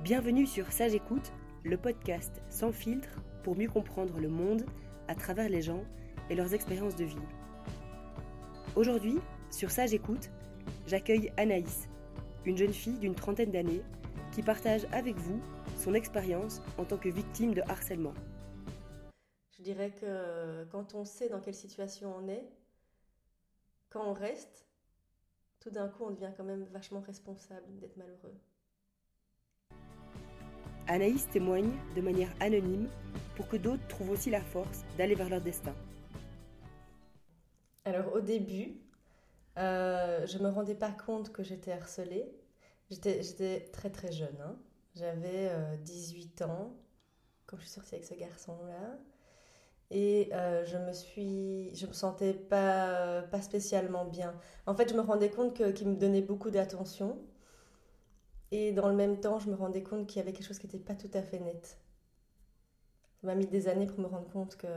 Bienvenue sur Sage Écoute, le podcast sans filtre pour mieux comprendre le monde à travers les gens et leurs expériences de vie. Aujourd'hui, sur Sage Écoute, j'accueille Anaïs, une jeune fille d'une trentaine d'années qui partage avec vous son expérience en tant que victime de harcèlement. Je dirais que quand on sait dans quelle situation on est, quand on reste, tout d'un coup on devient quand même vachement responsable d'être malheureux. Anaïs témoigne de manière anonyme pour que d'autres trouvent aussi la force d'aller vers leur destin. Alors au début, je me rendais pas compte que j'étais harcelée. J'étais très très jeune, hein. J'avais 18 ans quand je suis sortie avec ce garçon-là. Et je me sentais pas spécialement bien. En fait, je me rendais compte qu'il me donnait beaucoup d'attention. Et dans le même temps, je me rendais compte qu'il y avait quelque chose qui n'était pas tout à fait net. Ça m'a mis des années pour me rendre compte qu'il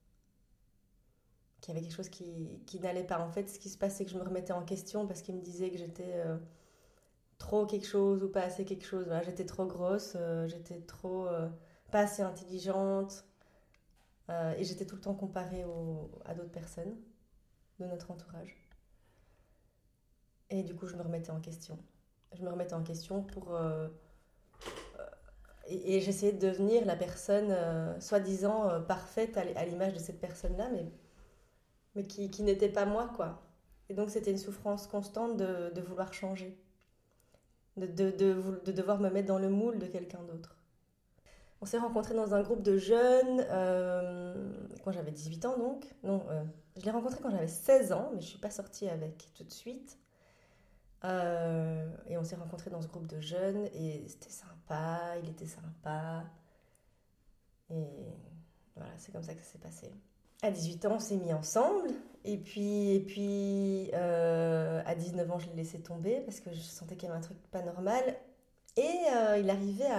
y avait quelque chose qui n'allait pas. En fait, ce qui se passe, c'est que je me remettais en question parce qu'il me disait que j'étais trop quelque chose ou pas assez quelque chose. Voilà, j'étais trop grosse, j'étais trop pas assez intelligente. Et j'étais tout le temps comparée à d'autres personnes de notre entourage. Et du coup, je me remettais en question. Je me remettais en question et j'essayais de devenir la personne soi-disant parfaite à l'image de cette personne-là, mais qui n'était pas moi, quoi. Et donc, c'était une souffrance constante de vouloir changer, de devoir me mettre dans le moule de quelqu'un d'autre. On s'est rencontrés dans un groupe de jeunes quand j'avais 18 ans, donc. Non, je l'ai rencontré quand j'avais 16 ans, mais je ne suis pas sortie avec tout de suite. Et on s'est rencontrés dans ce groupe de jeunes et c'était sympa, il était sympa. Et voilà, c'est comme ça que ça s'est passé. À 18 ans, on s'est mis ensemble. Et puis à 19 ans, je l'ai laissé tomber parce que je sentais qu'il y avait un truc pas normal. Et il arrivait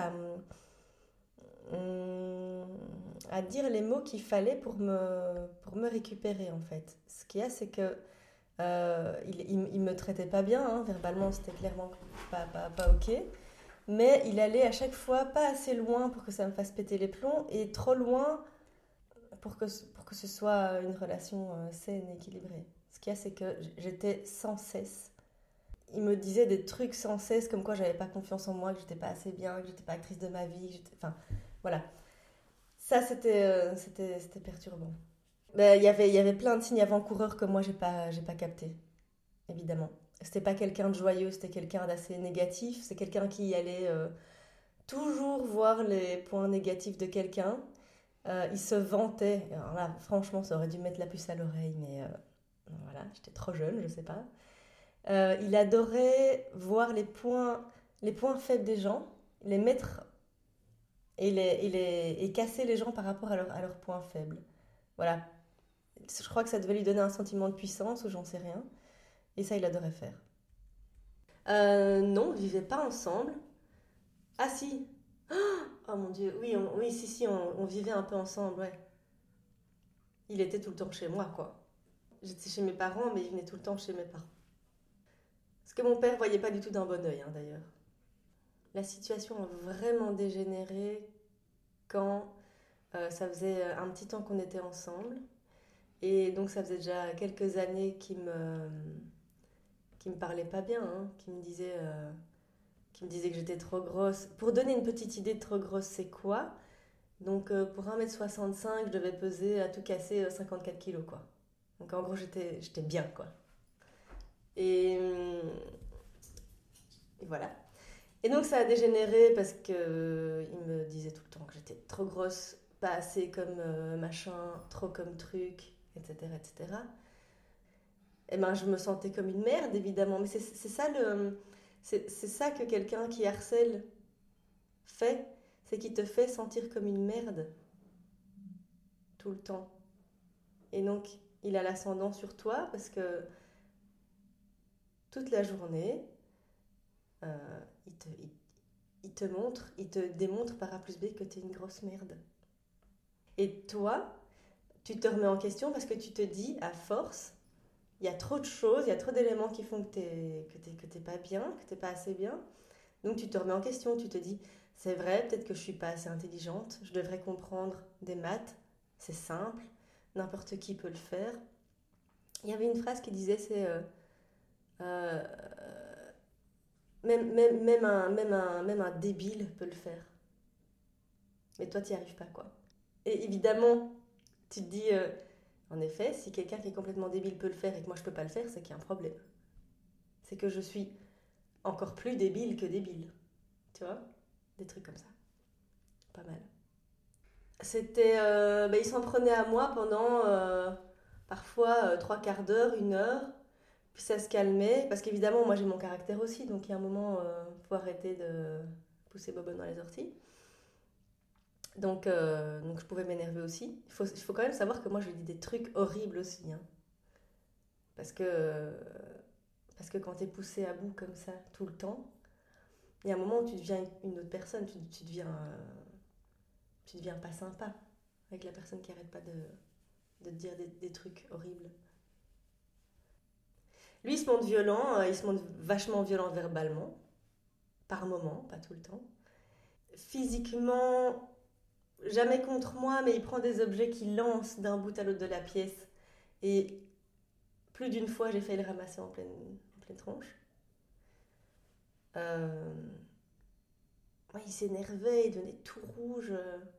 à dire les mots qu'il fallait pour me récupérer, en fait. Ce qu'il y a, c'est que il me traitait pas bien, hein, verbalement, c'était clairement pas ok. Mais il allait à chaque fois pas assez loin pour que ça me fasse péter les plombs et trop loin pour que ce soit une relation saine, équilibrée. Ce qu'il y a, c'est que j'étais sans cesse. Il me disait des trucs sans cesse, comme quoi j'avais pas confiance en moi, que j'étais pas assez bien, que j'étais pas actrice de ma vie. Enfin, voilà. Ça, c'était perturbant. Ben, il y avait plein de signes avant-coureurs que moi, j'ai pas capté, évidemment. C'était pas quelqu'un de joyeux, c'était quelqu'un d'assez négatif. C'est quelqu'un qui allait toujours voir les points négatifs de quelqu'un. Il se vantait. Alors là, franchement, ça aurait dû mettre la puce à l'oreille, mais voilà, j'étais trop jeune, je sais pas. Il adorait voir les points faibles des gens, les mettre et casser les gens par rapport à leurs points faibles. Voilà. Je crois que ça devait lui donner un sentiment de puissance ou j'en sais rien. Et ça, il adorait faire. Non, on ne vivait pas ensemble. Ah si. Oh mon Dieu, oui, si, on vivait un peu ensemble, ouais. Il était tout le temps chez moi, quoi. J'étais chez mes parents, mais il venait tout le temps chez mes parents. Ce que mon père voyait pas du tout d'un bon œil, hein, d'ailleurs. La situation a vraiment dégénéré quand ça faisait un petit temps qu'on était ensemble. Et donc ça faisait déjà quelques années qu'il me parlait pas bien, hein, qu'il me disait que j'étais trop grosse. Pour donner une petite idée de trop grosse, c'est quoi? Donc pour 1m65, je devais peser à tout casser 54 kilos, quoi. Donc en gros, j'étais bien, quoi. Et voilà. Et donc ça a dégénéré parce qu'il me disait tout le temps que j'étais trop grosse, pas assez comme machin, trop comme truc, etc., etc. Et ben je me sentais comme une merde, évidemment. Mais c'est ça c'est ça que quelqu'un qui harcèle fait, c'est qu'il te fait sentir comme une merde tout le temps. Et donc il a l'ascendant sur toi parce que toute la journée, euh, il te démontre par A plus B que t'es une grosse merde. Et toi, tu te remets en question parce que tu te dis, à force, il y a trop de choses, il y a trop d'éléments qui font que t'es pas bien, que t'es pas assez bien. Donc tu te remets en question, tu te dis, c'est vrai, peut-être que je suis pas assez intelligente, je devrais comprendre des maths, c'est simple, n'importe qui peut le faire. Il y avait une phrase qui disait, euh, même un débile peut le faire. Mais toi, tu n'y arrives pas, quoi. Et évidemment, tu te dis, en effet, si quelqu'un qui est complètement débile peut le faire et que moi je peux pas le faire, c'est qu'il y a un problème. C'est que je suis encore plus débile que débile. Tu vois? Des trucs comme ça. Pas mal. Il s'en prenait à moi pendant parfois trois quarts d'heure, une heure. Puis ça se calmait. Parce qu'évidemment, moi j'ai mon caractère aussi. Donc il y a un moment, faut arrêter de pousser Bobonne dans les orties. Donc je pouvais m'énerver aussi. Il faut quand même savoir que moi je lui dis des trucs horribles aussi. Hein. Parce que, parce que quand t'es poussé à bout comme ça tout le temps, il y a un moment où tu deviens une autre personne. Tu deviens pas sympa avec la personne qui arrête pas de te dire des trucs horribles. Lui, il se montre violent, il se montre vachement violent verbalement, par moment, pas tout le temps. Physiquement, jamais contre moi, mais il prend des objets qu'il lance d'un bout à l'autre de la pièce. Et plus d'une fois, j'ai failli le ramasser en pleine tronche. Euh, ouais, il s'énervait, il devenait tout rouge.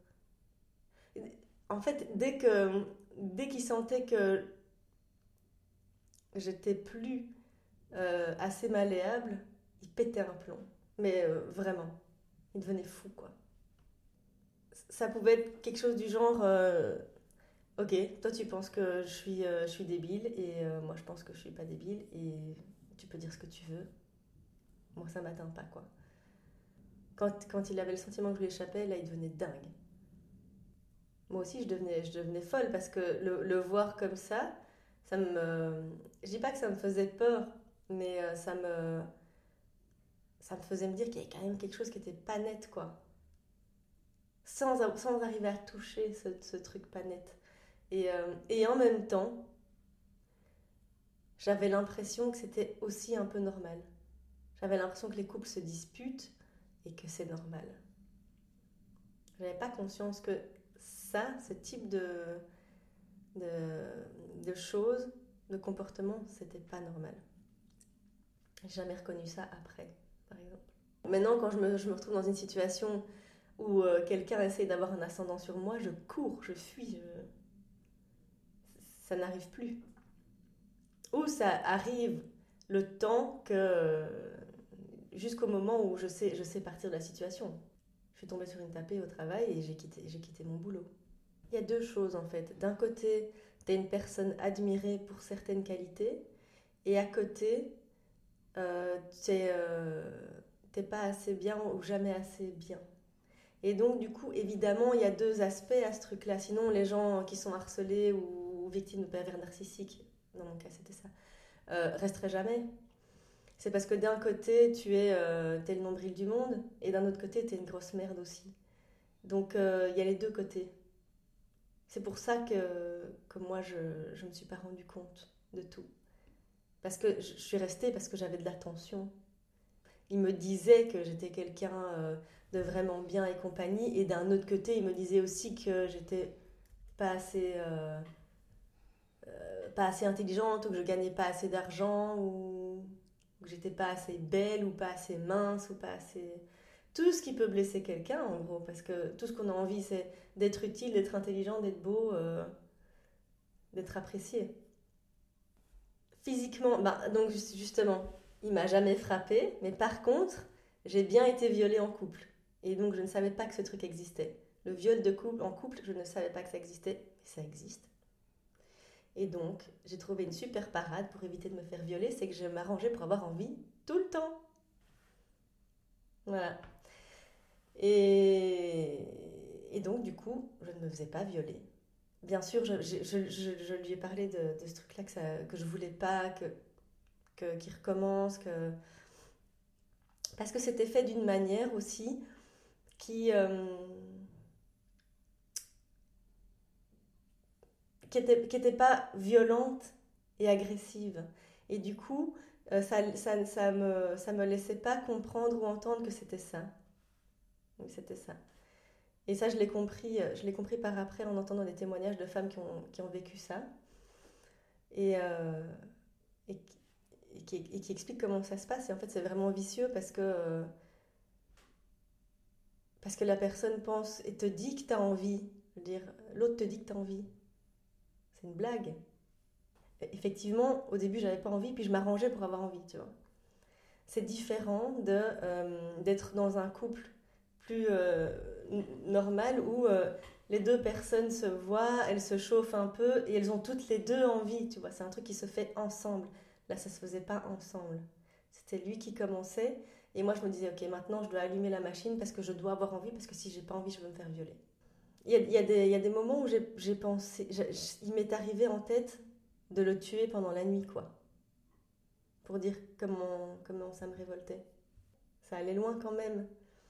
En fait, dès qu'il sentait que j'étais plus assez malléable, il pétait un plomb. Mais vraiment, il devenait fou, quoi. Ça pouvait être quelque chose du genre ok, toi tu penses que je suis débile et moi je pense que je suis pas débile et tu peux dire ce que tu veux. Moi ça m'atteint pas, quoi. Quand il avait le sentiment que je lui échappais, là il devenait dingue. Moi aussi je devenais folle parce que le voir comme ça me. Je dis pas que ça me faisait peur, mais ça me faisait me dire qu'il y avait quand même quelque chose qui était pas net, quoi. Sans arriver à toucher ce truc pas net. Et en même temps, j'avais l'impression que c'était aussi un peu normal. J'avais l'impression que les couples se disputent et que c'est normal. J'avais pas conscience que ce type de choses, de comportement, c'était pas normal. J'ai jamais reconnu ça après, par exemple. Maintenant, quand je me retrouve dans une situation où quelqu'un essaye d'avoir un ascendant sur moi, je cours, je fuis, ça n'arrive plus. Ou ça arrive le temps que jusqu'au moment où je sais partir de la situation. Je suis tombée sur une tapée au travail et j'ai quitté mon boulot. Il y a deux choses en fait. D'un côté, tu es une personne admirée pour certaines qualités et à côté, t'es pas assez bien ou jamais assez bien. Et donc du coup, évidemment, il y a deux aspects à ce truc-là. Sinon, les gens qui sont harcelés ou victimes de pervers narcissiques, dans mon cas c'était ça, resteraient jamais. C'est parce que d'un côté, t'es le nombril du monde, et d'un autre côté, t'es une grosse merde aussi. Donc, il y a les deux côtés. C'est pour ça que moi, je ne me suis pas rendu compte de tout. Parce que je suis restée parce que j'avais de l'attention. Il me disait que j'étais quelqu'un de vraiment bien et compagnie, et d'un autre côté, il me disait aussi que j'étais pas assez, pas assez intelligente, ou que je gagnais pas assez d'argent, ou que j'étais pas assez belle, ou pas assez mince, ou pas assez. Tout ce qui peut blesser quelqu'un, en gros, parce que tout ce qu'on a envie, c'est d'être utile, d'être intelligent, d'être beau, d'être apprécié. Physiquement, donc justement, il m'a jamais frappé, mais par contre, j'ai bien été violée en couple. Et donc, je ne savais pas que ce truc existait. Le viol de couple en couple, je ne savais pas que ça existait, mais ça existe. Et donc, j'ai trouvé une super parade pour éviter de me faire violer, c'est que je m'arrangeais pour avoir envie tout le temps. Voilà. Et, et donc, du coup, je ne me faisais pas violer. Bien sûr, je lui ai parlé de ce truc-là que je voulais pas, qu'il recommence, parce que c'était fait d'une manière aussi qui, qui était pas violente et agressive. Et du coup, ça me laissait pas comprendre ou entendre que c'était ça. Oui, c'était ça. Et ça, je l'ai compris par après en entendant des témoignages de femmes qui ont vécu ça et, et, et qui expliquent comment ça se passe. Et en fait, c'est vraiment vicieux parce que la personne pense et te dit que tu as envie. Je veux dire, l'autre te dit que tu as envie. C'est une blague. Effectivement, au début, j'avais pas envie, puis je m'arrangeais pour avoir envie, tu vois. C'est différent d'être dans un couple plus normal où les deux personnes se voient, elles se chauffent un peu et elles ont toutes les deux envie, tu vois. C'est un truc qui se fait ensemble. Là, ça se faisait pas ensemble. C'était lui qui commençait et moi je me disais, ok, maintenant je dois allumer la machine parce que je dois avoir envie, parce que si j'ai pas envie, je vais me faire violer. Il y a des moments où j'ai pensé, il m'est arrivé en tête de le tuer pendant la nuit, quoi. Pour dire comment ça me révoltait. Ça allait loin quand même.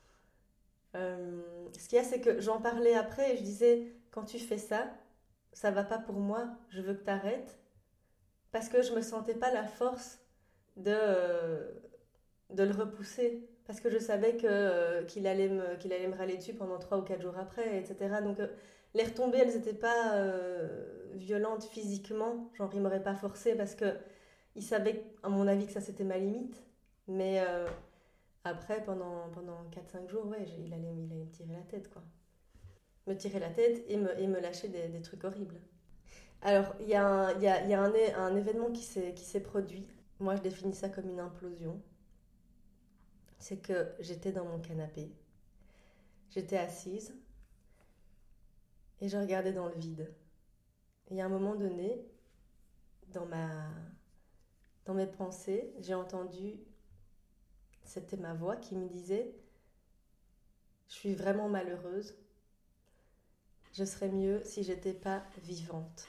Ce qu'il y a, c'est que j'en parlais après et je disais, quand tu fais ça, ça va pas pour moi, je veux que tu arrêtes. Parce que je me sentais pas la force de, euh, de le repousser. Parce que je savais qu'il allait me râler dessus pendant 3 ou 4 jours après, etc. Donc les retombées, elles n'étaient pas violentes physiquement. Genre, il m'aurait pas forcé parce que il savait, à mon avis, que ça c'était ma limite. Mais après, pendant 4 5 jours, ouais, il allait me tirer la tête, quoi. Me tirer la tête et me lâcher des trucs horribles. Alors, il y a un événement qui s'est produit. Moi, je définis ça comme une implosion. C'est que j'étais dans mon canapé, j'étais assise et je regardais dans le vide. Et à un moment donné, dans dans mes pensées, j'ai entendu, c'était ma voix qui me disait, je suis vraiment malheureuse, je serais mieux si j'étais pas vivante.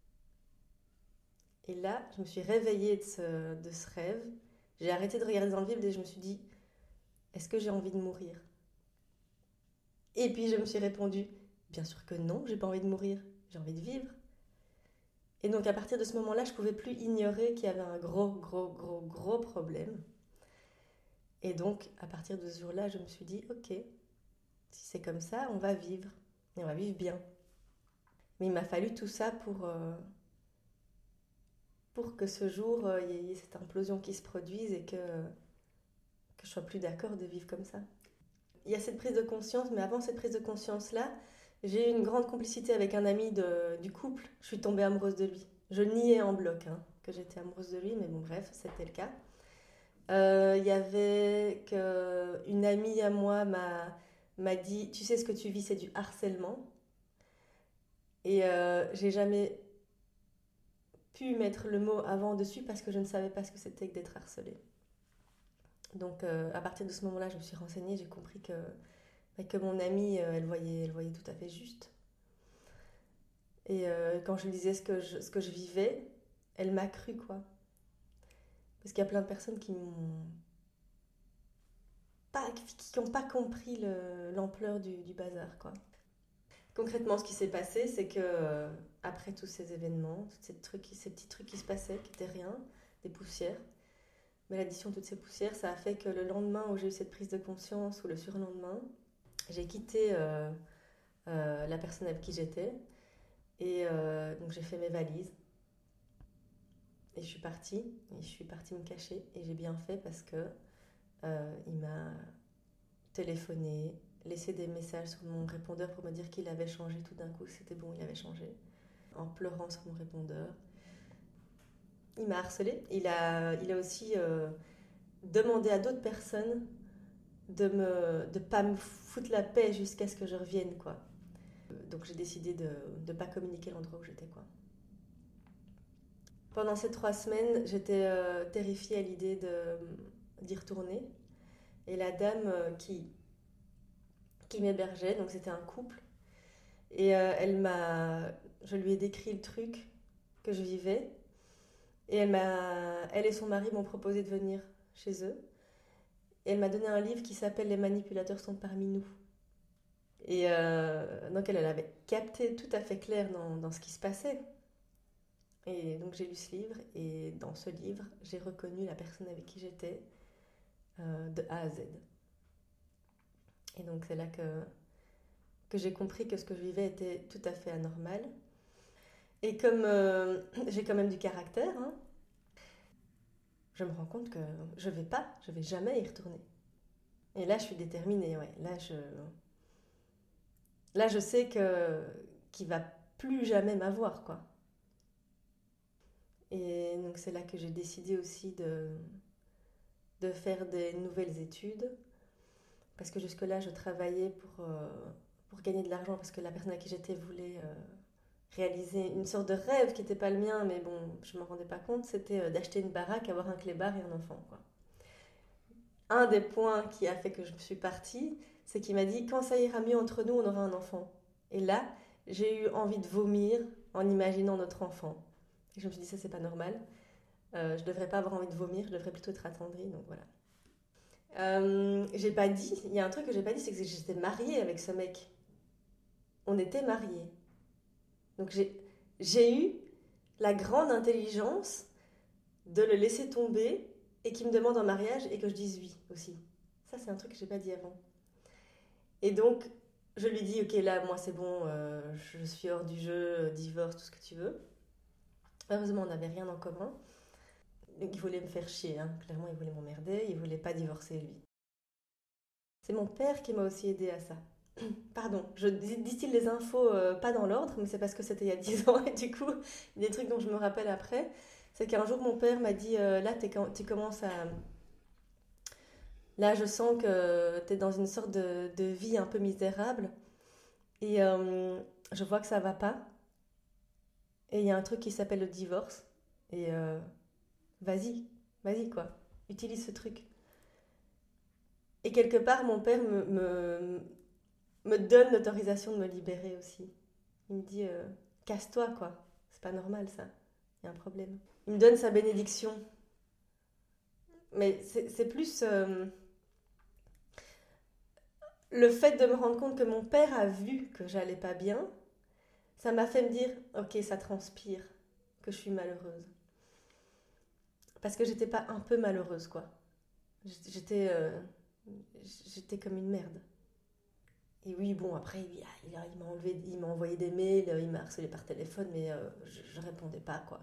Et là, je me suis réveillée de ce rêve. J'ai arrêté de regarder dans le vide et je me suis dit, est-ce que j'ai envie de mourir? Et puis je me suis répondu, bien sûr que non, j'ai pas envie de mourir, j'ai envie de vivre. Et donc à partir de ce moment-là, je pouvais plus ignorer qu'il y avait un gros problème. Et donc à partir de ce jour-là, je me suis dit, ok, si c'est comme ça, on va vivre. Et on va vivre bien. Mais il m'a fallu tout ça pour que ce jour, il y ait cette implosion qui se produise et que je sois plus d'accord de vivre comme ça. Il y a cette prise de conscience, mais avant cette prise de conscience-là, j'ai eu une grande complicité avec un ami du couple. Je suis tombée amoureuse de lui. Je niais en bloc que j'étais amoureuse de lui, mais bon, bref, c'était le cas. Il y avait une amie à moi m'a dit, tu sais ce que tu vis, c'est du harcèlement. Et j'ai jamais pu mettre le mot avant dessus parce que je ne savais pas ce que c'était que d'être harcelée. Donc à partir de ce moment-là, je me suis renseignée, j'ai compris que mon amie, elle voyait tout à fait juste. Et quand je lui disais ce que je vivais, elle m'a cru, quoi. Parce qu'il y a plein de personnes qui n'ont pas compris l'ampleur du bazar, quoi. Concrètement, ce qui s'est passé, c'est que après tous ces événements, ces petits trucs qui se passaient, qui n'étaient rien, des poussières, mais l'addition de toutes ces poussières, ça a fait que le lendemain où j'ai eu cette prise de conscience, ou le surlendemain, j'ai quitté la personne avec qui j'étais, et donc j'ai fait mes valises, et je suis partie me cacher, et j'ai bien fait parce que il m'a téléphoné, laissé des messages sur mon répondeur pour me dire qu'il avait changé tout d'un coup, c'était bon, il avait changé, en pleurant sur mon répondeur. Il m'a harcelée. Il a aussi demandé à d'autres personnes de pas me foutre la paix jusqu'à ce que je revienne, quoi. Donc j'ai décidé de ne pas communiquer l'endroit où j'étais, quoi. Pendant ces 3 semaines, j'étais terrifiée à l'idée d'y retourner. Et la dame qui m'hébergeait, donc c'était un couple, et je lui ai décrit le truc que je vivais, et elle et son mari m'ont proposé de venir chez eux, et elle m'a donné un livre qui s'appelle Les manipulateurs sont parmi nous. Et donc elle avait capté tout à fait clair dans ce qui se passait. Et donc j'ai lu ce livre, et dans ce livre, j'ai reconnu la personne avec qui j'étais de A à Z. Et donc c'est là que j'ai compris que ce que je vivais était tout à fait anormal. Et comme j'ai quand même du caractère, hein, je me rends compte que je vais jamais y retourner. Et là, je suis déterminée, ouais. Là, je sais qu'il va plus jamais m'avoir, quoi. Et donc c'est là que j'ai décidé aussi de faire des nouvelles études. Parce que jusque-là, je travaillais pour gagner de l'argent, parce que la personne à qui j'étais voulait réaliser une sorte de rêve qui n'était pas le mien, mais bon, je ne me rendais pas compte, c'était d'acheter une baraque, avoir un clébard et un enfant, quoi. Un des points qui a fait que je me suis partie, c'est qu'il m'a dit, quand ça ira mieux entre nous, on aura un enfant. Et là, j'ai eu envie de vomir en imaginant notre enfant. Et je me suis dit, ça, c'est pas normal. Je devrais pas avoir envie de vomir, je devrais plutôt être attendrie, donc voilà. J'ai pas dit, il y a un truc que j'ai pas dit, c'est que j'étais mariée avec ce mec. On était mariés. Donc j'ai eu la grande intelligence de le laisser tomber et qu'il me demande en mariage et que je dise oui aussi. Ça, c'est un truc que j'ai pas dit avant. Et donc, je lui dis, ok, là, moi, c'est bon, je suis hors du jeu, divorce, tout ce que tu veux. Heureusement, on n'avait rien en commun. Donc, il voulait me faire chier, hein. Clairement, il voulait m'emmerder, il voulait pas divorcer, lui. C'est mon père qui m'a aussi aidé à ça. Pardon, je distille les infos pas dans l'ordre, mais c'est parce que c'était il y a 10 ans et du coup, des trucs dont je me rappelle après, c'est qu'un jour mon père m'a dit là tu commences à... Là je sens que tu es dans une sorte de vie un peu misérable et je vois que ça va pas et il y a un truc qui s'appelle le divorce et vas-y quoi, utilise ce truc. Et quelque part mon père me donne l'autorisation de me libérer aussi. Il me dit casse-toi quoi, c'est pas normal ça, il y a un problème. Il me donne sa bénédiction. Mais c'est plus le fait de me rendre compte que mon père a vu que j'allais pas bien, ça m'a fait me dire ok, ça transpire, que je suis malheureuse. Parce que j'étais pas un peu malheureuse quoi. J'étais, j'étais comme une merde. Et oui, bon, après, il m'a envoyé des mails, il m'a harcelé par téléphone, mais je répondais pas, quoi.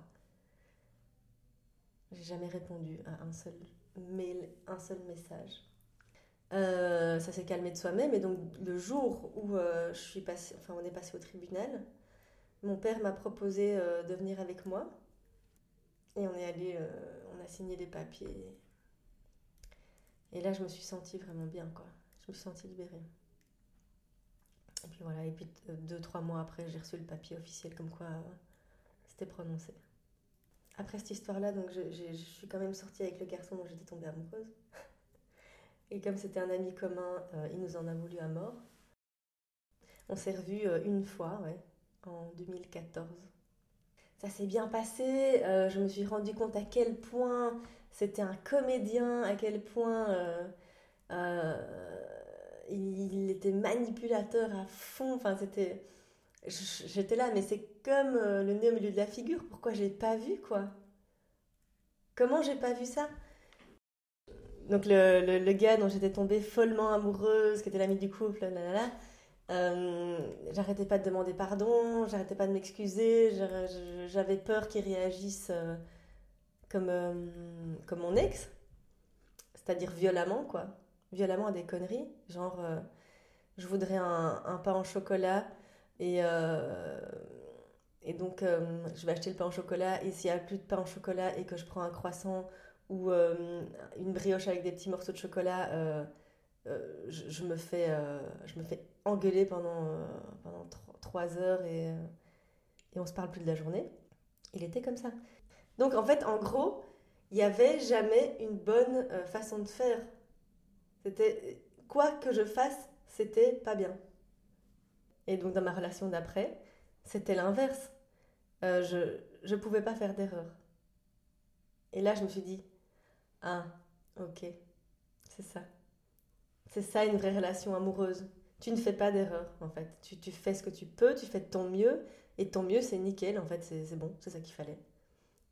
J'ai jamais répondu à un seul mail, un seul message. Ça s'est calmé de soi-même, et donc le jour où on est passé au tribunal, mon père m'a proposé de venir avec moi, et on est allé, on a signé les papiers. Et là, je me suis sentie vraiment bien, quoi. Je me suis sentie libérée. Et puis voilà, et puis 2-3 mois après, j'ai reçu le papier officiel comme quoi c'était prononcé. Après cette histoire-là, donc je suis quand même sortie avec le garçon dont j'étais tombée amoureuse. Et comme c'était un ami commun, il nous en a voulu à mort. On s'est revus une fois, ouais, en 2014. Ça s'est bien passé, je me suis rendu compte à quel point c'était un comédien, à quel point il était manipulateur à fond. Enfin, j'étais là, mais c'est comme le nez au milieu de la figure. Pourquoi j'ai pas vu, quoi? Comment j'ai pas vu ça? Donc le gars dont j'étais tombée follement amoureuse, qui était l'ami du couple, là, là, là, j'arrêtais pas de demander pardon, j'arrêtais pas de m'excuser, j'avais peur qu'il réagisse comme mon ex, c'est-à-dire violemment, quoi. Violemment à des conneries, genre je voudrais un pain au chocolat et donc je vais acheter le pain au chocolat et s'il n'y a plus de pain au chocolat et que je prends un croissant ou une brioche avec des petits morceaux de chocolat, je me fais engueuler pendant 3 heures et on se parle plus de la journée. Il était comme ça. Donc en fait, en gros, il n'y avait jamais une bonne façon de faire. C'était quoi que je fasse, c'était pas bien. Et donc dans ma relation d'après, c'était l'inverse. Je pouvais pas faire d'erreur. Et là, je me suis dit, ah, ok, c'est ça. C'est ça une vraie relation amoureuse. Tu ne fais pas d'erreur, en fait. Tu fais ce que tu peux, tu fais de ton mieux, et ton mieux, c'est nickel, en fait, c'est bon, c'est ça qu'il fallait.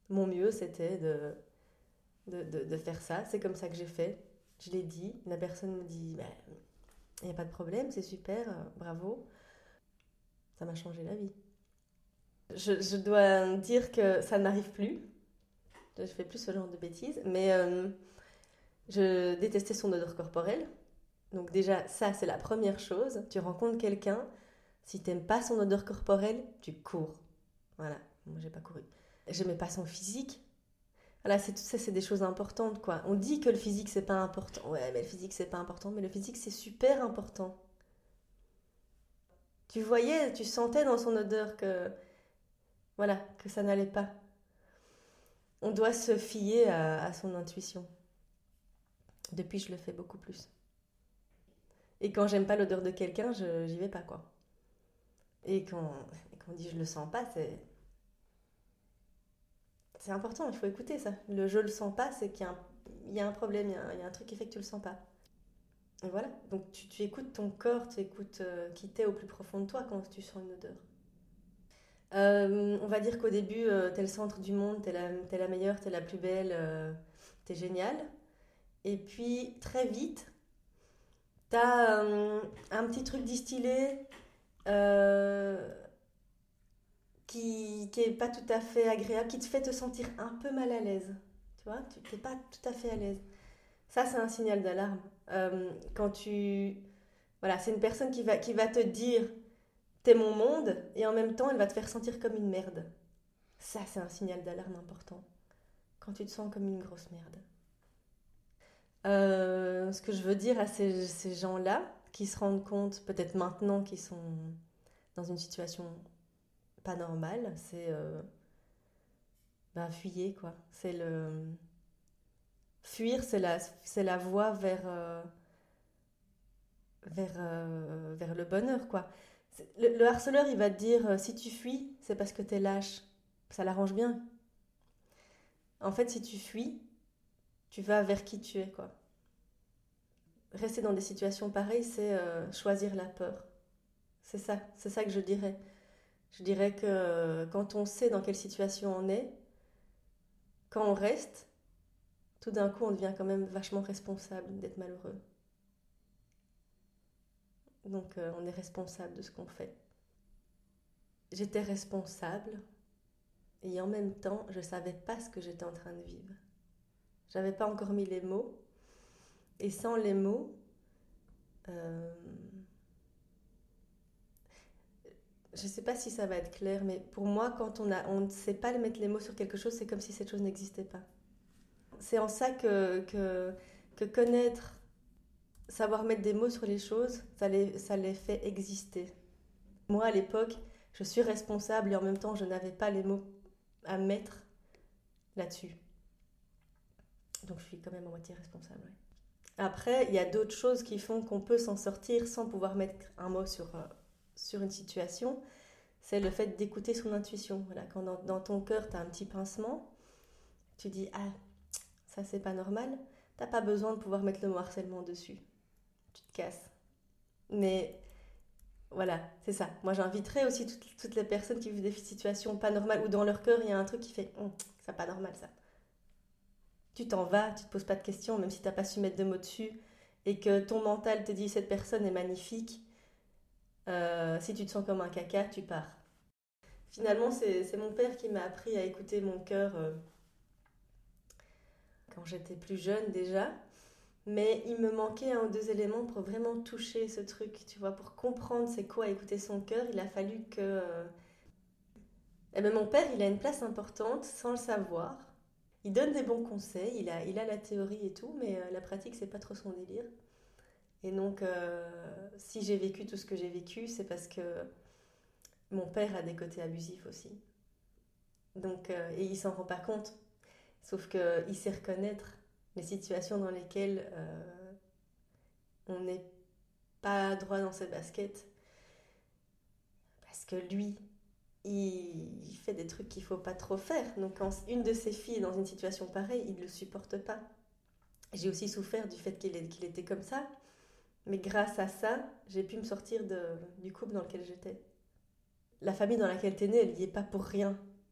Mon mieux, c'était de faire ça. C'est comme ça que j'ai fait. Je l'ai dit. La personne me dit, bah, il n'y a pas de problème, c'est super, bravo. Ça m'a changé la vie. Je dois dire que ça ne m'arrive plus. Je fais plus ce genre de bêtises. Mais je détestais son odeur corporelle. Donc déjà, ça, c'est la première chose. Tu rencontres quelqu'un, si t'aimes pas son odeur corporelle, tu cours. Voilà, moi j'ai pas couru. J'aimais pas son physique. Voilà, c'est tout ça, c'est des choses importantes, quoi. On dit que le physique, c'est pas important. Ouais, mais le physique, c'est pas important. Mais le physique, c'est super important. Tu voyais, tu sentais dans son odeur que, voilà, que ça n'allait pas. On doit se fier à son intuition. Depuis, je le fais beaucoup plus. Et quand j'aime pas l'odeur de quelqu'un, j'y vais pas, quoi. Et quand on dit je le sens pas, c'est important, il faut écouter ça. Le je le sens pas, c'est qu'il y a un problème, il y a un truc qui fait que tu le sens pas. Et voilà, donc tu écoutes ton corps, tu écoutes qui t'est au plus profond de toi quand tu sens une odeur. On va dire qu'au début, t'es le centre du monde, t'es la meilleure, t'es la plus belle, t'es géniale. Et puis très vite, t'as un petit truc distillé euh, qui est pas tout à fait agréable, qui te fait te sentir un peu mal à l'aise. Tu vois, tu n'es pas tout à fait à l'aise. Ça, c'est un signal d'alarme. Quand tu... Voilà, c'est une personne qui va te dire t'es mon monde et en même temps, elle va te faire sentir comme une merde. Ça, c'est un signal d'alarme important. Quand tu te sens comme une grosse merde. Ce que je veux dire à ces gens-là qui se rendent compte, peut-être maintenant qu'ils sont dans une situation pas normale, c'est ben, fuyez quoi. Fuir, c'est la voie vers le bonheur quoi. Le harceleur, il va te dire si tu fuis, c'est parce que t'es lâche. Ça l'arrange bien. En fait, si tu fuis, tu vas vers qui tu es quoi. Rester dans des situations pareilles, c'est choisir la peur. C'est ça que je dirais. Je dirais que quand on sait dans quelle situation on est, quand on reste, tout d'un coup, on devient quand même vachement responsable d'être malheureux. Donc, on est responsable de ce qu'on fait. J'étais responsable et en même temps, je ne savais pas ce que j'étais en train de vivre. J'avais pas encore mis les mots et sans les mots, euh, je ne sais pas si ça va être clair, mais pour moi, quand on ne sait pas mettre les mots sur quelque chose, c'est comme si cette chose n'existait pas. C'est en ça que connaître, savoir mettre des mots sur les choses, ça les fait exister. Moi, à l'époque, je suis responsable et en même temps, je n'avais pas les mots à mettre là-dessus. Donc, je suis quand même à moitié responsable. Ouais. Après, il y a d'autres choses qui font qu'on peut s'en sortir sans pouvoir mettre un mot sur une situation. C'est le fait d'écouter son intuition. Voilà, quand dans ton cœur, tu as un petit pincement, tu dis « Ah, ça, c'est pas normal », tu n'as pas besoin de pouvoir mettre le mot harcèlement dessus. Tu te casses. Mais voilà, c'est ça. Moi, j'inviterais aussi toutes les personnes qui vivent des situations pas normales ou dans leur cœur, il y a un truc qui fait c'est pas normal ça. Tu t'en vas, tu te poses pas de questions, même si tu n'as pas su mettre de mots dessus et que ton mental te dit cette personne est magnifique. Si tu te sens comme un caca, tu pars. Finalement, c'est mon père qui m'a appris à écouter mon cœur quand j'étais plus jeune déjà. Mais il me manquait un ou deux éléments pour vraiment toucher ce truc, tu vois, pour comprendre c'est quoi écouter son cœur. Il a fallu que... Eh ben, mon père, il a une place importante sans le savoir. Il donne des bons conseils, il a la théorie et tout, mais la pratique, c'est pas trop son délire. Et donc, si j'ai vécu tout ce que j'ai vécu, c'est parce que mon père a des côtés abusifs aussi. Donc, et il s'en rend pas compte. Sauf qu'il sait reconnaître les situations dans lesquelles on n'est pas droit dans ses baskets. Parce que lui, il fait des trucs qu'il ne faut pas trop faire. Donc quand une de ses filles est dans une situation pareille, il ne le supporte pas. J'ai aussi souffert du fait qu'il était comme ça. Mais grâce à ça, j'ai pu me sortir du couple dans lequel j'étais. La famille dans laquelle tu es né, elle n'y est pas pour rien.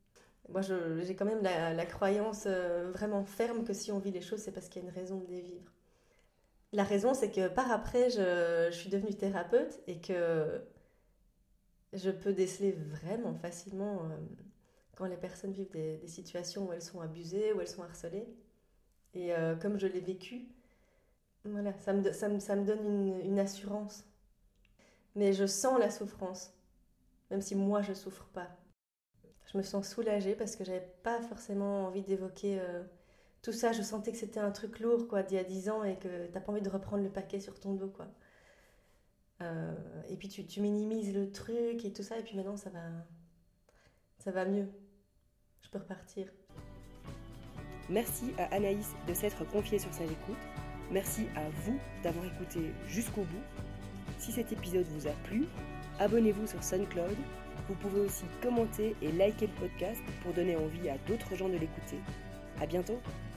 Moi, j'ai quand même la croyance vraiment ferme que si on vit les choses, c'est parce qu'il y a une raison de les vivre. La raison, c'est que par après, je suis devenue thérapeute et que je peux déceler vraiment facilement quand les personnes vivent des situations où elles sont abusées, où elles sont harcelées. Et comme je l'ai vécu, voilà, ça me donne une assurance. Mais je sens la souffrance, même si moi je souffre pas. Je me sens soulagée parce que j'avais pas forcément envie d'évoquer tout ça. Je sentais que c'était un truc lourd quoi, d'il y a 10 ans et que t'as pas envie de reprendre le paquet sur ton dos quoi. Et puis tu minimises le truc et tout ça, et puis maintenant ça va mieux. Je peux repartir. Merci à Anaïs de s'être confiée sur Sage Écoute. Merci à vous d'avoir écouté jusqu'au bout. Si cet épisode vous a plu, abonnez-vous sur SoundCloud. Vous pouvez aussi commenter et liker le podcast pour donner envie à d'autres gens de l'écouter. À bientôt!